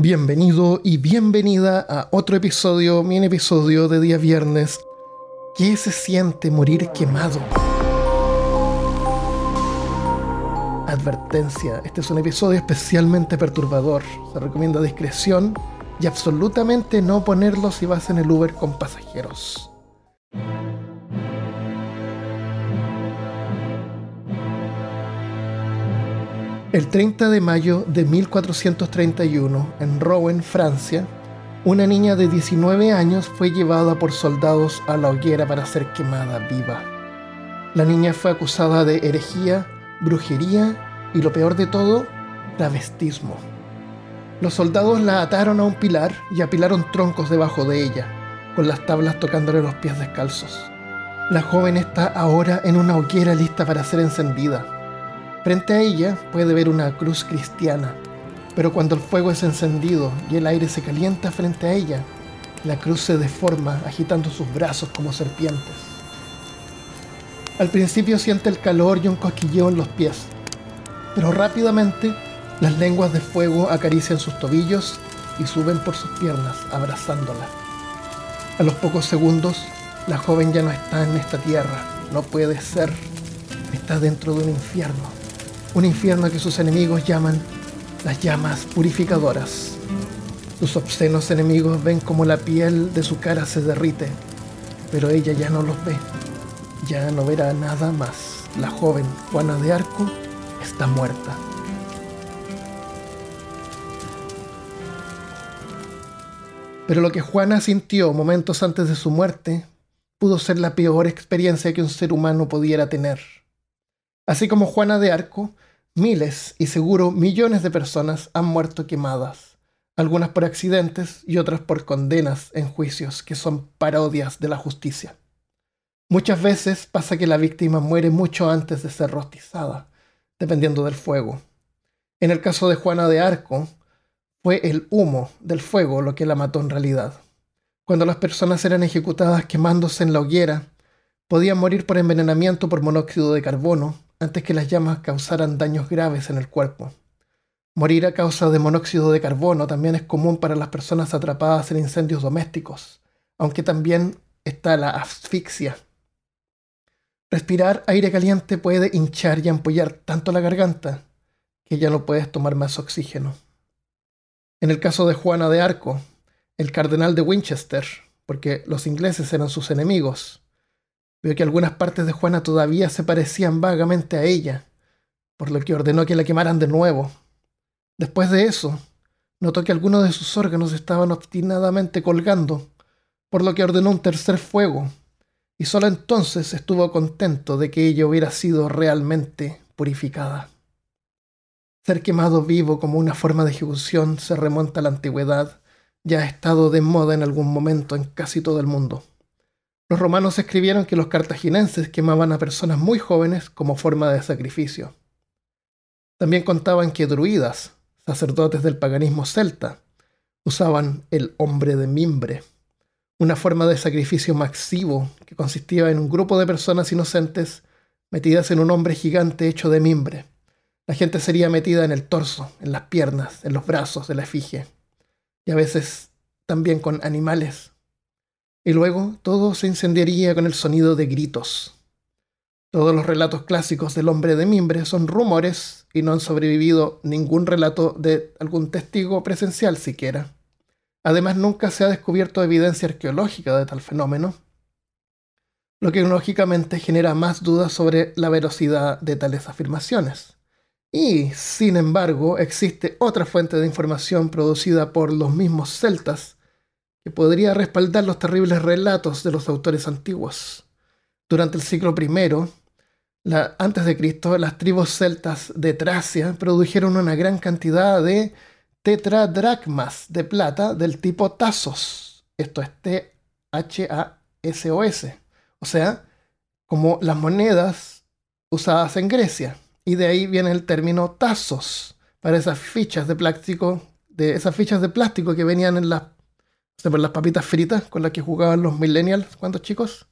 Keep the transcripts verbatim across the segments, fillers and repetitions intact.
Bienvenido y bienvenida a otro episodio, mini episodio de día viernes. ¿Qué se siente morir quemado? Advertencia, este es un episodio especialmente perturbador. Se recomienda discreción y absolutamente no ponerlo si vas en el Uber con pasajeros. El treinta de mayo de mil cuatrocientos treinta y uno, en Rouen, Francia, una niña de diecinueve años fue llevada por soldados a la hoguera para ser quemada viva. La niña fue acusada de herejía, brujería y, lo peor de todo, travestismo. Los soldados la ataron a un pilar y apilaron troncos debajo de ella, con las tablas tocándole los pies descalzos. La joven está ahora en una hoguera lista para ser encendida. Frente a ella puede ver una cruz cristiana, pero cuando el fuego es encendido y el aire se calienta frente a ella, la cruz se deforma agitando sus brazos como serpientes. Al principio siente el calor y un cosquilleo en los pies, pero rápidamente las lenguas de fuego acarician sus tobillos y suben por sus piernas, abrazándola. A los pocos segundos, la joven ya no está en esta tierra, no puede ser, está dentro de un infierno. Un infierno que sus enemigos llaman las llamas purificadoras. Sus obscenos enemigos ven como la piel de su cara se derrite, pero ella ya no los ve. Ya no verá nada más. La joven Juana de Arco está muerta. Pero lo que Juana sintió momentos antes de su muerte pudo ser la peor experiencia que un ser humano pudiera tener. Así como Juana de Arco, miles y seguro millones de personas han muerto quemadas, algunas por accidentes y otras por condenas en juicios que son parodias de la justicia. Muchas veces pasa que la víctima muere mucho antes de ser rostizada, dependiendo del fuego. En el caso de Juana de Arco, fue el humo del fuego lo que la mató en realidad. Cuando las personas eran ejecutadas quemándose en la hoguera, podían morir por envenenamiento por monóxido de carbono antes que las llamas causaran daños graves en el cuerpo. Morir a causa de monóxido de carbono también es común para las personas atrapadas en incendios domésticos, aunque también está la asfixia. Respirar aire caliente puede hinchar y ampollar tanto la garganta que ya no puedes tomar más oxígeno. En el caso de Juana de Arco, el cardenal de Winchester, porque los ingleses eran sus enemigos, vio que algunas partes de Juana todavía se parecían vagamente a ella, por lo que ordenó que la quemaran de nuevo. Después de eso, notó que algunos de sus órganos estaban obstinadamente colgando, por lo que ordenó un tercer fuego, y solo entonces estuvo contento de que ella hubiera sido realmente purificada. Ser quemado vivo como una forma de ejecución se remonta a la antigüedad y ha estado de moda en algún momento en casi todo el mundo. Los romanos escribieron que los cartagineses quemaban a personas muy jóvenes como forma de sacrificio. También contaban que druidas, sacerdotes del paganismo celta, usaban el hombre de mimbre, una forma de sacrificio masivo que consistía en un grupo de personas inocentes metidas en un hombre gigante hecho de mimbre. La gente sería metida en el torso, en las piernas, en los brazos de la efigie, y a veces también con animales. Y luego todo se incendiaría con el sonido de gritos. Todos los relatos clásicos del hombre de mimbre son rumores y no han sobrevivido ningún relato de algún testigo presencial siquiera. Además, nunca se ha descubierto evidencia arqueológica de tal fenómeno, lo que lógicamente genera más dudas sobre la veracidad de tales afirmaciones. Y, sin embargo, existe otra fuente de información producida por los mismos celtas que podría respaldar los terribles relatos de los autores antiguos. Durante el siglo primero, la, antes de Cristo, las tribus celtas de Tracia produjeron una gran cantidad de tetradracmas de plata del tipo tazos. Esto es T H A S O S. O sea, como las monedas usadas en Grecia. Y de ahí viene el término tazos, para esas fichas de plástico, de esas fichas de plástico que venían en las por las papitas fritas con las que jugaban los millennials cuando chicos.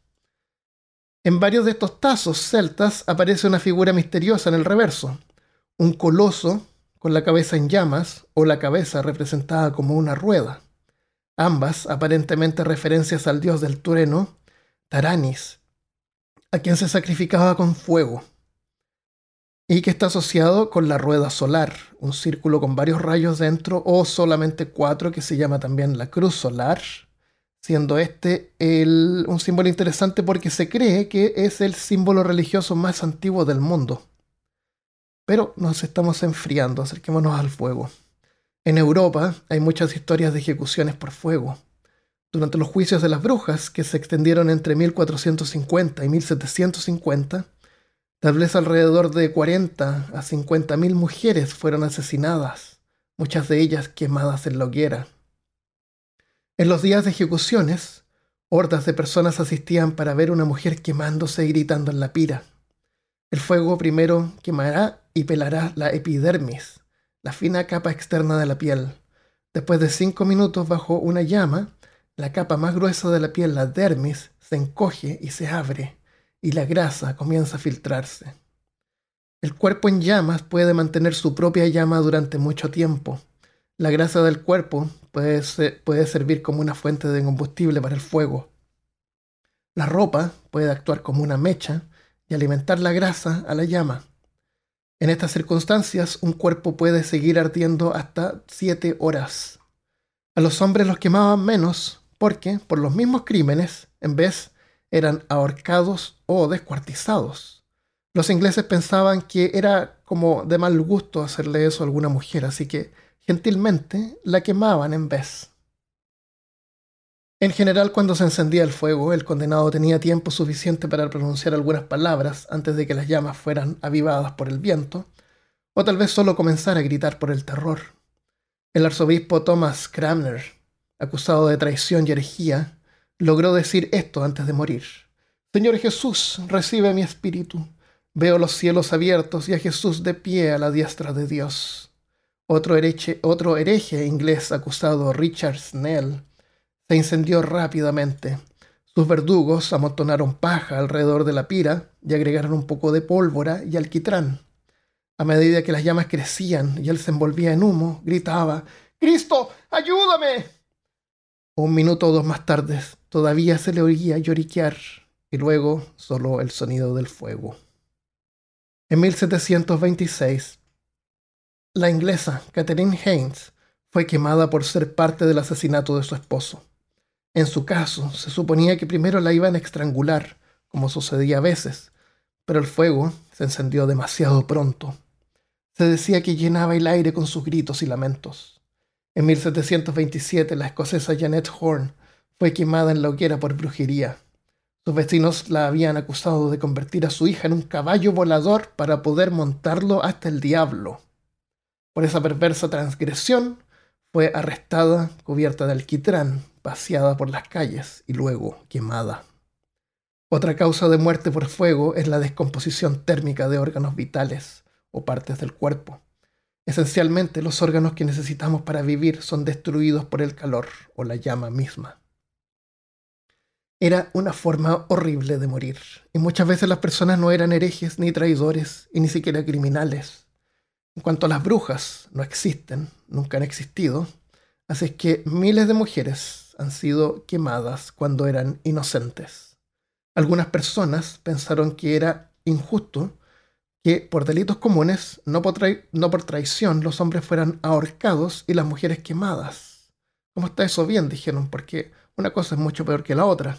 En varios de estos tazos celtas aparece una figura misteriosa en el reverso, un coloso con la cabeza en llamas o la cabeza representada como una rueda, ambas aparentemente referencias al dios del trueno, Taranis, a quien se sacrificaba con fuego, y que está asociado con la rueda solar, un círculo con varios rayos dentro o solamente cuatro que se llama también la cruz solar, siendo este el, un símbolo interesante porque se cree que es el símbolo religioso más antiguo del mundo. Pero nos estamos enfriando, acerquémonos al fuego. En Europa hay muchas historias de ejecuciones por fuego. Durante los juicios de las brujas, que se extendieron entre mil cuatrocientos cincuenta y mil setecientos cincuenta, tal vez alrededor de cuarenta a cincuenta mil mujeres fueron asesinadas, muchas de ellas quemadas en la hoguera. En los días de ejecuciones, hordas de personas asistían para ver una mujer quemándose y gritando en la pira. El fuego primero quemará y pelará la epidermis, la fina capa externa de la piel. Después de cinco minutos bajo una llama, la capa más gruesa de la piel, la dermis, se encoge y se abre, y la grasa comienza a filtrarse. El cuerpo en llamas puede mantener su propia llama durante mucho tiempo. La grasa del cuerpo puede, ser, puede servir como una fuente de combustible para el fuego. La ropa puede actuar como una mecha y alimentar la grasa a la llama. En estas circunstancias, un cuerpo puede seguir ardiendo hasta siete horas. A los hombres los quemaban menos porque, por los mismos crímenes, en vez eran ahorcados o descuartizados. Los ingleses pensaban que era como de mal gusto hacerle eso a alguna mujer, así que gentilmente la quemaban en vez. En general, cuando se encendía el fuego, el condenado tenía tiempo suficiente para pronunciar algunas palabras antes de que las llamas fueran avivadas por el viento, o tal vez solo comenzar a gritar por el terror. El arzobispo Thomas Cranmer, acusado de traición y herejía, logró decir esto antes de morir: «Señor Jesús, recibe mi espíritu. Veo los cielos abiertos y a Jesús de pie a la diestra de Dios». Otro hereje, otro hereje inglés acusado, Richard Snell, se incendió rápidamente. Sus verdugos amontonaron paja alrededor de la pira y agregaron un poco de pólvora y alquitrán. A medida que las llamas crecían y él se envolvía en humo, gritaba: «¡Cristo, ayúdame!». Un minuto o dos más tarde, todavía se le oía lloriquear, y luego solo el sonido del fuego. En mil setecientos veintiséis, la inglesa Catherine Haynes fue quemada por ser parte del asesinato de su esposo. En su caso, se suponía que primero la iban a estrangular, como sucedía a veces, pero el fuego se encendió demasiado pronto. Se decía que llenaba el aire con sus gritos y lamentos. En mil setecientos veintisiete, la escocesa Janet Horne fue quemada en la hoguera por brujería. Sus vecinos la habían acusado de convertir a su hija en un caballo volador para poder montarlo hasta el diablo. Por esa perversa transgresión, fue arrestada, cubierta de alquitrán, paseada por las calles y luego quemada. Otra causa de muerte por fuego es la descomposición térmica de órganos vitales o partes del cuerpo. Esencialmente, los órganos que necesitamos para vivir son destruidos por el calor o la llama misma. Era una forma horrible de morir, y muchas veces las personas no eran herejes ni traidores y ni siquiera criminales. En cuanto a las brujas, no existen, nunca han existido, así es que miles de mujeres han sido quemadas cuando eran inocentes. Algunas personas pensaron que era injusto que por delitos comunes, no por, trai- no por traición, los hombres fueran ahorcados y las mujeres quemadas. ¿Cómo está eso bien?, dijeron, porque una cosa es mucho peor que la otra.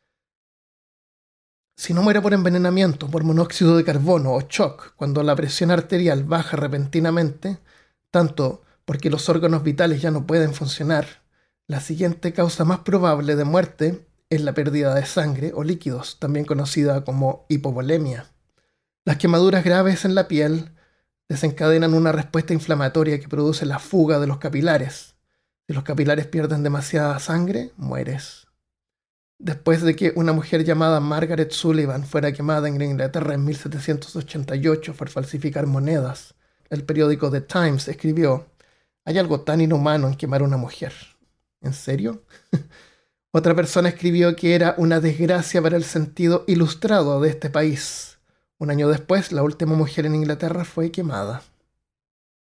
Si no muere por envenenamiento, por monóxido de carbono o shock, cuando la presión arterial baja repentinamente, tanto porque los órganos vitales ya no pueden funcionar, la siguiente causa más probable de muerte es la pérdida de sangre o líquidos, también conocida como hipovolemia. Las quemaduras graves en la piel desencadenan una respuesta inflamatoria que produce la fuga de los capilares. Si los capilares pierden demasiada sangre, mueres. Después de que una mujer llamada Margaret Sullivan fuera quemada en Inglaterra en mil setecientos ochenta y ocho por falsificar monedas, el periódico The Times escribió: «Hay algo tan inhumano en quemar a una mujer». ¿En serio? Otra persona escribió que era una desgracia para el sentido ilustrado de este país. Un año después, la última mujer en Inglaterra fue quemada.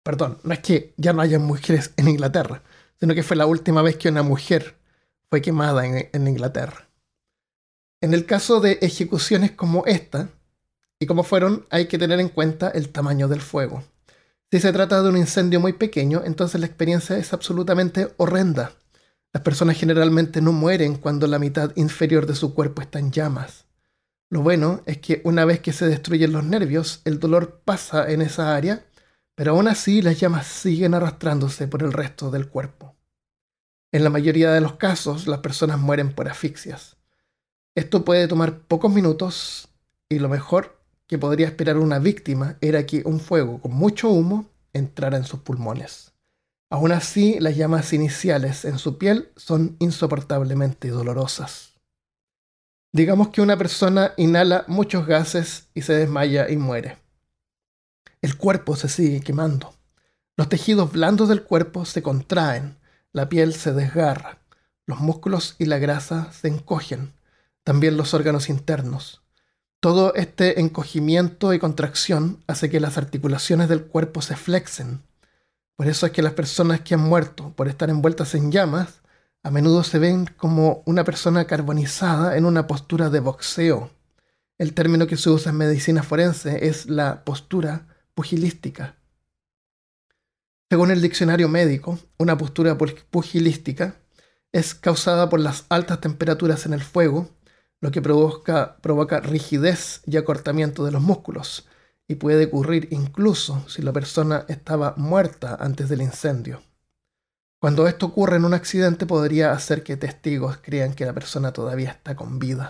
perdón, no es que ya no haya mujeres en Inglaterra, sino que fue la última vez que una mujer fue quemada en, en Inglaterra. En el caso de ejecuciones como esta, y como fueron, hay que tener en cuenta el tamaño del fuego. Si se trata de un incendio muy pequeño, entonces la experiencia es absolutamente horrenda. Las personas generalmente no mueren cuando la mitad inferior de su cuerpo está en llamas. Lo bueno es que una vez que se destruyen los nervios, el dolor pasa en esa área, pero aún así las llamas siguen arrastrándose por el resto del cuerpo. En la mayoría de los casos, las personas mueren por asfixias. Esto puede tomar pocos minutos y lo mejor que podría esperar una víctima era que un fuego con mucho humo entrara en sus pulmones. Aún así, las llamas iniciales en su piel son insoportablemente dolorosas. Digamos que una persona inhala muchos gases y se desmaya y muere. El cuerpo se sigue quemando. Los tejidos blandos del cuerpo se contraen, la piel se desgarra, los músculos y la grasa se encogen, también los órganos internos. Todo este encogimiento y contracción hace que las articulaciones del cuerpo se flexen. Por eso es que las personas que han muerto por estar envueltas en llamas a menudo se ven como una persona carbonizada en una postura de boxeo. El término que se usa en medicina forense es la postura pugilística. Según el diccionario médico, una postura pugilística es causada por las altas temperaturas en el fuego, lo que provoca, provoca rigidez y acortamiento de los músculos, y puede ocurrir incluso si la persona estaba muerta antes del incendio. Cuando esto ocurre en un accidente podría hacer que testigos crean que la persona todavía está con vida.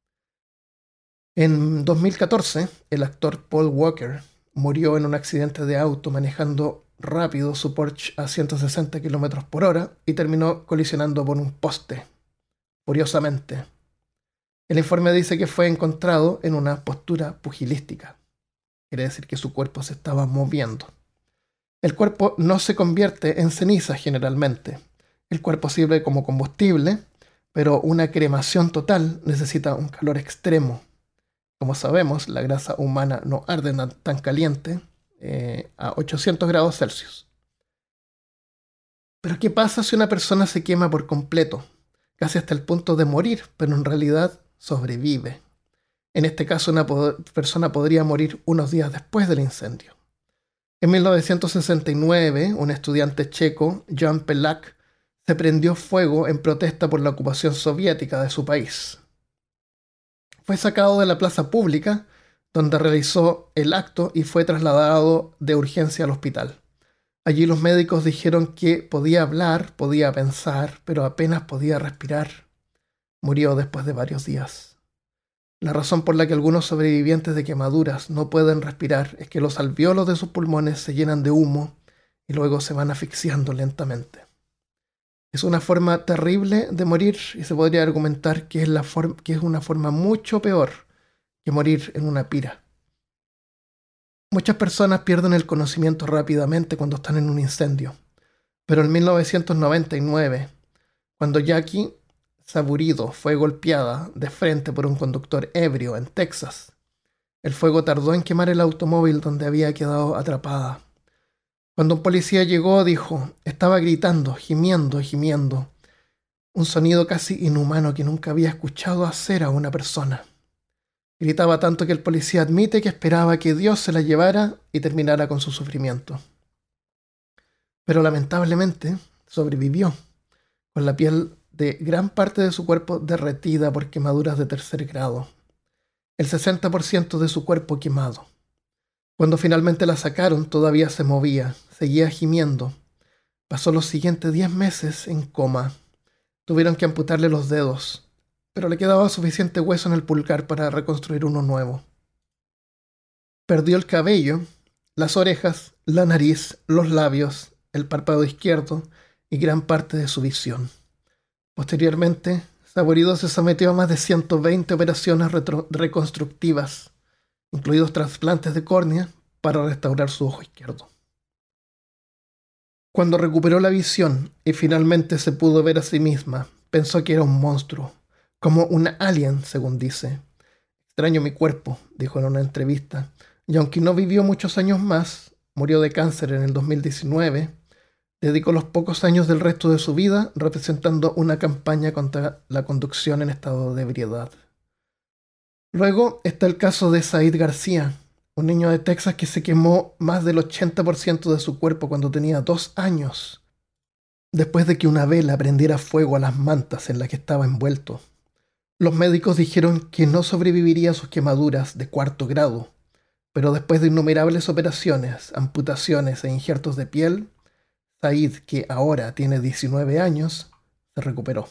En dos mil catorce, el actor Paul Walker murió en un accidente de auto manejando rápido su Porsche a ciento sesenta kilómetros por hora y terminó colisionando por un poste, furiosamente. El informe dice que fue encontrado en una postura pugilística. Quiere decir que su cuerpo se estaba moviendo. El cuerpo no se convierte en ceniza generalmente. El cuerpo sirve como combustible, pero una cremación total necesita un calor extremo. Como sabemos, la grasa humana no arde tan caliente eh, a ochocientos grados Celsius. Pero ¿qué pasa si una persona se quema por completo, casi hasta el punto de morir, pero en realidad sobrevive? En este caso, una po- persona podría morir unos días después del incendio. En mil novecientos sesenta y nueve, un estudiante checo, Jan Pelak, se prendió fuego en protesta por la ocupación soviética de su país. Fue sacado de la plaza pública, donde realizó el acto y fue trasladado de urgencia al hospital. Allí los médicos dijeron que podía hablar, podía pensar, pero apenas podía respirar. Murió después de varios días. La razón por la que algunos sobrevivientes de quemaduras no pueden respirar es que los alvéolos de sus pulmones se llenan de humo y luego se van asfixiando lentamente. Es una forma terrible de morir y se podría argumentar que es, la for- que es una forma mucho peor que morir en una pira. Muchas personas pierden el conocimiento rápidamente cuando están en un incendio, pero en mil novecientos noventa y nueve, cuando Jackie Saburido fue golpeada de frente por un conductor ebrio en Texas, el fuego tardó en quemar el automóvil donde había quedado atrapada. Cuando un policía llegó, dijo, estaba gritando, gimiendo, gimiendo, un sonido casi inhumano que nunca había escuchado hacer a una persona. Gritaba tanto que el policía admite que esperaba que Dios se la llevara y terminara con su sufrimiento. Pero lamentablemente sobrevivió, con la piel de gran parte de su cuerpo derretida por quemaduras de tercer grado. El sesenta por ciento de su cuerpo quemado. Cuando finalmente la sacaron, todavía se movía, seguía gimiendo. Pasó los siguientes diez meses en coma. Tuvieron que amputarle los dedos, pero le quedaba suficiente hueso en el pulgar para reconstruir uno nuevo. Perdió el cabello, las orejas, la nariz, los labios, el párpado izquierdo y gran parte de su visión. Posteriormente, Saburido se sometió a más de ciento veinte operaciones retro- reconstructivas, incluidos trasplantes de córnea, para restaurar su ojo izquierdo. Cuando recuperó la visión y finalmente se pudo ver a sí misma, pensó que era un monstruo, como una alien, según dice. Extraño mi cuerpo, dijo en una entrevista, y aunque no vivió muchos años más, murió de cáncer en el dos mil diecinueve, dedicó los pocos años del resto de su vida representando una campaña contra la conducción en estado de ebriedad. Luego está el caso de Said García, un niño de Texas que se quemó más del ochenta por ciento de su cuerpo cuando tenía dos años, después de que una vela prendiera fuego a las mantas en las que estaba envuelto. Los médicos dijeron que no sobreviviría a sus quemaduras de cuarto grado, pero después de innumerables operaciones, amputaciones e injertos de piel, Said, que ahora tiene diecinueve años, se recuperó.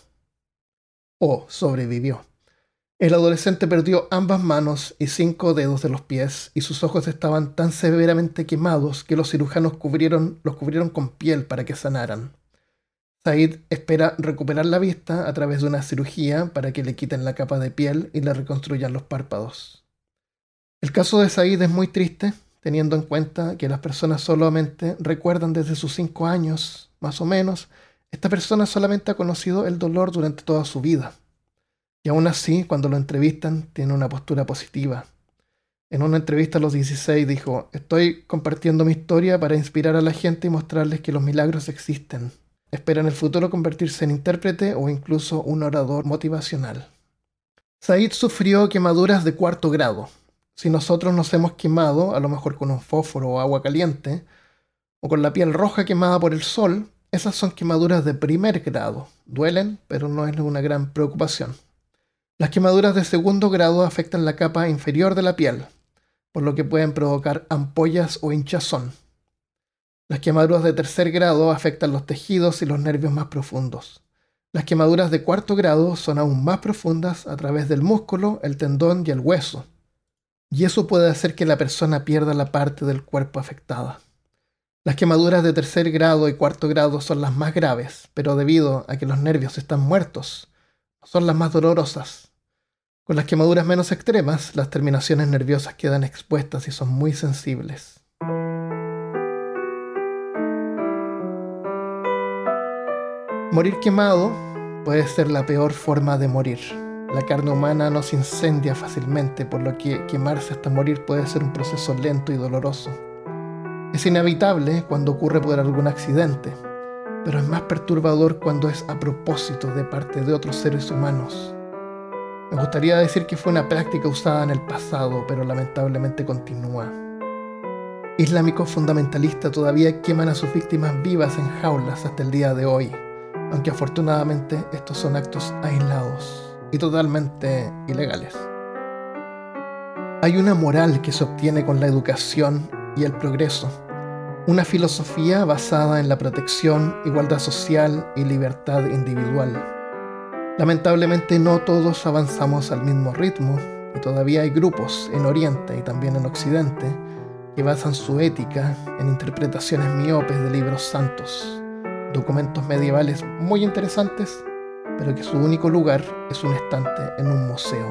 O sobrevivió. El adolescente perdió ambas manos y cinco dedos de los pies y sus ojos estaban tan severamente quemados que los cirujanos cubrieron, los cubrieron con piel para que sanaran. Said espera recuperar la vista a través de una cirugía para que le quiten la capa de piel y le reconstruyan los párpados. El caso de Said es muy triste, teniendo en cuenta que las personas solamente recuerdan desde sus cinco años, más o menos. Esta persona solamente ha conocido el dolor durante toda su vida. Y aún así, cuando lo entrevistan, tiene una postura positiva. En una entrevista a los dieciséis dijo: «Estoy compartiendo mi historia para inspirar a la gente y mostrarles que los milagros existen. Espera en el futuro convertirse en intérprete o incluso un orador motivacional». Said sufrió quemaduras de cuarto grado. Si nosotros nos hemos quemado, a lo mejor con un fósforo o agua caliente, o con la piel roja quemada por el sol, esas son quemaduras de primer grado. Duelen, pero no es una gran preocupación. Las quemaduras de segundo grado afectan la capa inferior de la piel, por lo que pueden provocar ampollas o hinchazón. Las quemaduras de tercer grado afectan los tejidos y los nervios más profundos. Las quemaduras de cuarto grado son aún más profundas a través del músculo, el tendón y el hueso. Y eso puede hacer que la persona pierda la parte del cuerpo afectada. Las quemaduras de tercer grado y cuarto grado son las más graves, pero debido a que los nervios están muertos, son las más dolorosas. Con las quemaduras menos extremas, las terminaciones nerviosas quedan expuestas y son muy sensibles. Morir quemado puede ser la peor forma de morir. La carne humana no se incendia fácilmente, por lo que quemarse hasta morir puede ser un proceso lento y doloroso. Es inevitable cuando ocurre por algún accidente, pero es más perturbador cuando es a propósito de parte de otros seres humanos. Me gustaría decir que fue una práctica usada en el pasado, pero lamentablemente continúa. Islámicos fundamentalistas todavía queman a sus víctimas vivas en jaulas hasta el día de hoy, aunque afortunadamente estos son actos aislados y totalmente ilegales. Hay una moral que se obtiene con la educación y el progreso, una filosofía basada en la protección, igualdad social y libertad individual. Lamentablemente no todos avanzamos al mismo ritmo y todavía hay grupos en Oriente y también en Occidente que basan su ética en interpretaciones miopes de libros santos, documentos medievales muy interesantes, pero que su único lugar es un estante en un museo.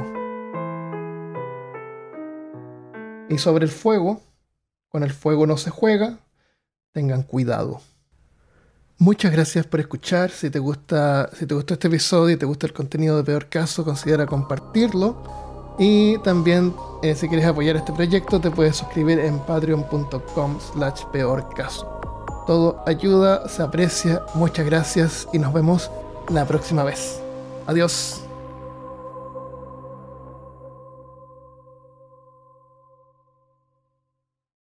Y sobre el fuego, con el fuego no se juega, tengan cuidado. Muchas gracias por escuchar. Si te gusta, si te gustó este episodio y te gusta el contenido de Peor Caso, considera compartirlo. Y también, eh, si quieres apoyar este proyecto, te puedes suscribir en patreon punto com slash peor caso. Todo ayuda, se aprecia. Muchas gracias y nos vemos la próxima vez. Adiós.